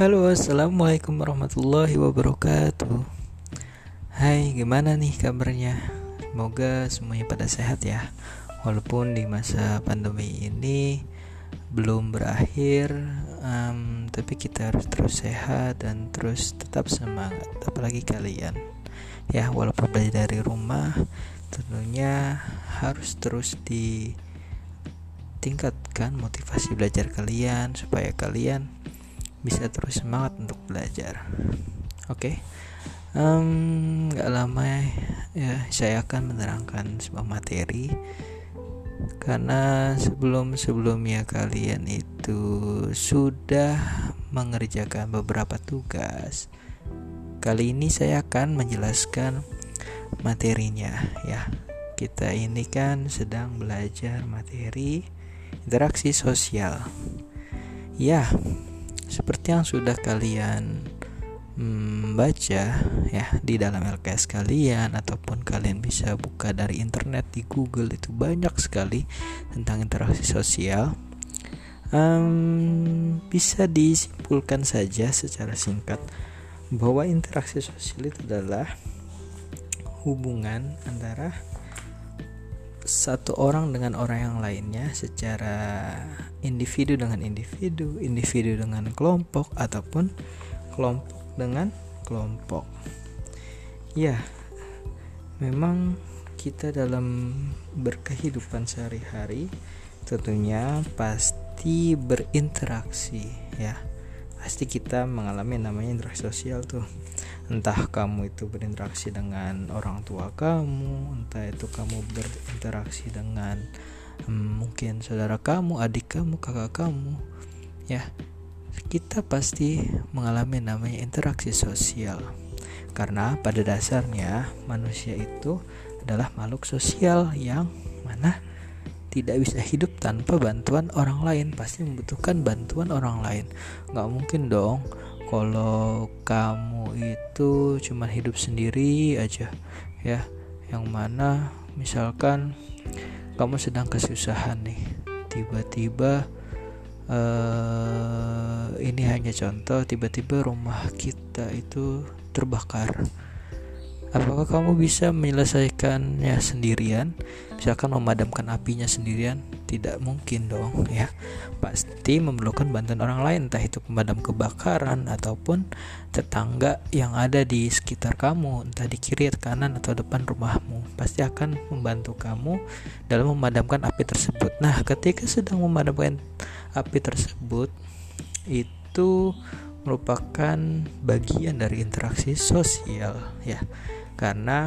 Halo, assalamualaikum warahmatullahi wabarakatuh. Hai, gimana nih kabarnya? Semoga semuanya pada sehat ya. Walaupun di masa pandemi ini belum berakhir, tapi kita harus terus sehat dan terus tetap semangat. Apalagi kalian, ya walaupun belajar dari rumah, tentunya harus terus ditingkatkan motivasi belajar kalian supaya kalian bisa terus semangat untuk belajar. Oke, gak lama ya saya akan menerangkan sebuah materi. Karena sebelumnya kalian itu sudah mengerjakan beberapa tugas, kali ini saya akan menjelaskan materinya ya. Kita ini kan sedang belajar materi interaksi sosial. Ya, seperti yang sudah kalian baca ya di dalam LKS kalian, ataupun kalian bisa buka dari internet di Google, itu banyak sekali tentang interaksi sosial. Bisa disimpulkan saja secara singkat bahwa interaksi sosial itu adalah hubungan antara satu orang dengan orang yang lainnya secara individu dengan individu, individu dengan kelompok, ataupun kelompok dengan kelompok. Ya, memang kita dalam berkehidupan sehari-hari tentunya pasti berinteraksi ya. Pasti kita mengalami namanya interaksi sosial tuh. Entah kamu itu berinteraksi dengan orang tua kamu, entah itu kamu berinteraksi dengan mungkin saudara kamu, adik kamu, kakak kamu. Ya, kita pasti mengalami namanya interaksi sosial. Karena pada dasarnya manusia itu adalah makhluk sosial yang mana tidak bisa hidup tanpa bantuan orang lain, pasti membutuhkan bantuan orang lain. Gak mungkin dong kalau kamu itu cuma hidup sendiri aja ya, yang mana misalkan kamu sedang kesusahan nih, tiba-tiba ini hanya contoh, tiba-tiba rumah kita itu terbakar. Apakah kamu bisa menyelesaikannya sendirian? Misalkan memadamkan apinya sendirian? Tidak mungkin dong ya. Pasti memerlukan bantuan orang lain, entah itu pemadam kebakaran ataupun tetangga yang ada di sekitar kamu, entah di kiri, kanan, atau depan rumahmu. Pasti akan membantu kamu dalam memadamkan api tersebut. Nah, ketika sedang memadamkan api tersebut, itu merupakan bagian dari interaksi sosial ya. Karena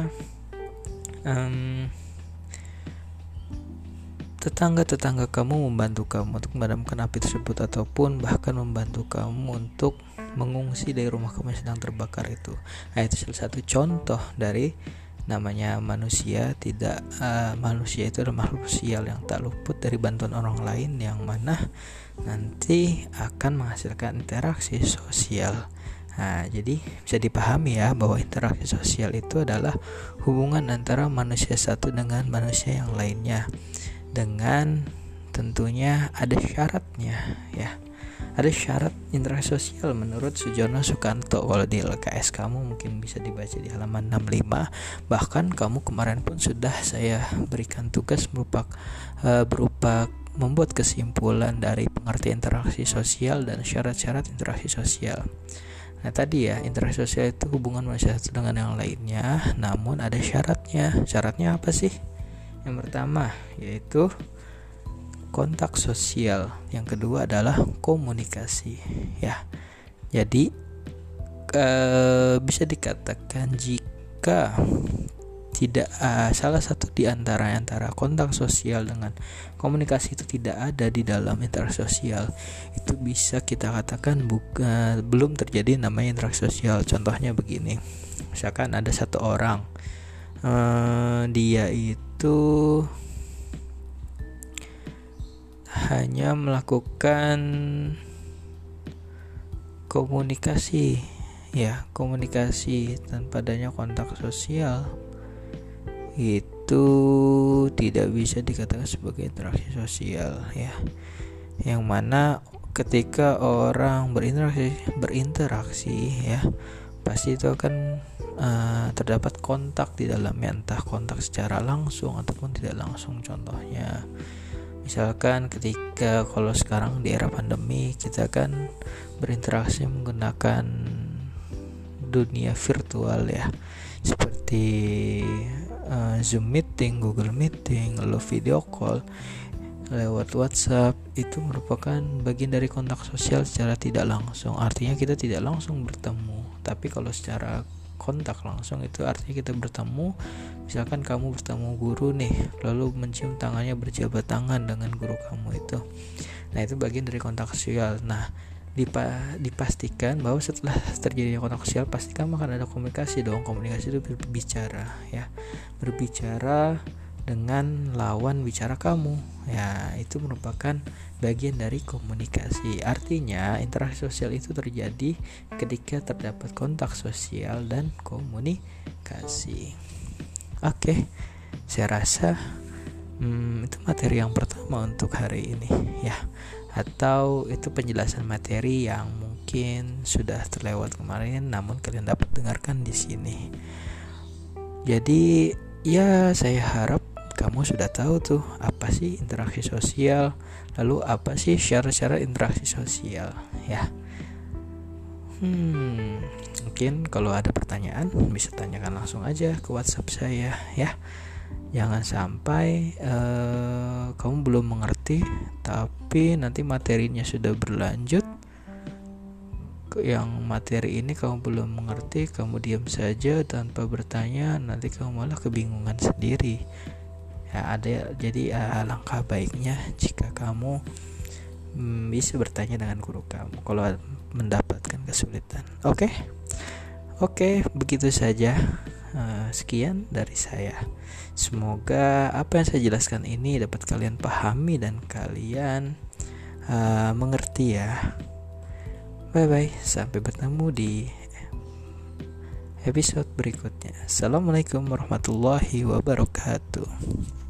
tetangga-tetangga kamu membantu kamu untuk memadamkan api tersebut, ataupun bahkan membantu kamu untuk mengungsi dari rumah kamu yang sedang terbakar itu. Nah, itu salah satu contoh dari namanya manusia. Manusia itu adalah makhluk sosial yang tak luput dari bantuan orang lain, yang mana nanti akan menghasilkan interaksi sosial. Nah, jadi bisa dipahami ya bahwa interaksi sosial itu adalah hubungan antara manusia satu dengan manusia yang lainnya, dengan tentunya ada syaratnya ya. Ada syarat interaksi sosial menurut Sujono Sukanto. Kalau di LKS kamu mungkin bisa dibaca di halaman 65. Bahkan kamu kemarin pun sudah saya berikan tugas berupa membuat kesimpulan dari pengertian interaksi sosial dan syarat-syarat interaksi sosial. Nah, tadi ya, interaksi sosial itu hubungan manusia satu dengan yang lainnya, namun ada syaratnya. Syaratnya apa sih? Yang pertama yaitu kontak sosial. Yang kedua adalah komunikasi ya. Jadi bisa dikatakan jika tidak salah satu di antara kontak sosial dengan komunikasi itu tidak ada di dalam interaksi sosial, itu bisa kita katakan belum terjadi namanya interaksi sosial. Contohnya begini, misalkan ada satu orang, dia itu hanya melakukan komunikasi tanpa adanya kontak sosial, itu tidak bisa dikatakan sebagai interaksi sosial ya. Yang mana ketika orang berinteraksi ya, pasti itu akan terdapat kontak di dalamnya, entah kontak secara langsung ataupun tidak langsung. Contohnya misalkan ketika kalau sekarang di era pandemi kita kan berinteraksi menggunakan dunia virtual ya, seperti Zoom meeting, Google meeting, lalu video call lewat WhatsApp. Itu merupakan bagian dari kontak sosial secara tidak langsung. Artinya kita tidak langsung bertemu. Tapi kalau secara kontak langsung itu artinya kita bertemu. Misalkan kamu bertemu guru nih, lalu mencium tangannya, berjabat tangan dengan guru kamu itu. Nah, itu bagian dari kontak sosial. Nah, dipastikan bahwa setelah terjadinya kontak sosial pasti kamu akan ada komunikasi dong. Komunikasi itu berbicara ya, berbicara dengan lawan bicara kamu ya, itu merupakan bagian dari komunikasi. Artinya interaksi sosial itu terjadi ketika terdapat kontak sosial dan komunikasi. Oke, saya rasa itu materi yang pertama untuk hari ini ya, atau itu penjelasan materi yang mungkin sudah terlewat kemarin namun kalian dapat dengarkan di sini. Jadi ya, saya harap kamu sudah tahu tuh apa sih interaksi sosial, lalu apa sih syarat-syarat interaksi sosial ya. Mungkin kalau ada pertanyaan bisa tanyakan langsung aja ke WhatsApp saya ya. Jangan sampai kamu belum mengerti tapi nanti materinya sudah berlanjut, yang materi ini kamu belum mengerti, kamu diam saja tanpa bertanya, nanti kamu malah kebingungan sendiri ya. Jadi alangkah baiknya jika kamu bisa bertanya dengan guru kamu kalau mendapatkan kesulitan. Oke, begitu saja. Sekian dari saya. Semoga apa yang saya jelaskan ini dapat kalian pahami dan kalian mengerti ya. Bye-bye, sampai bertemu di episode berikutnya. Assalamualaikum warahmatullahi wabarakatuh.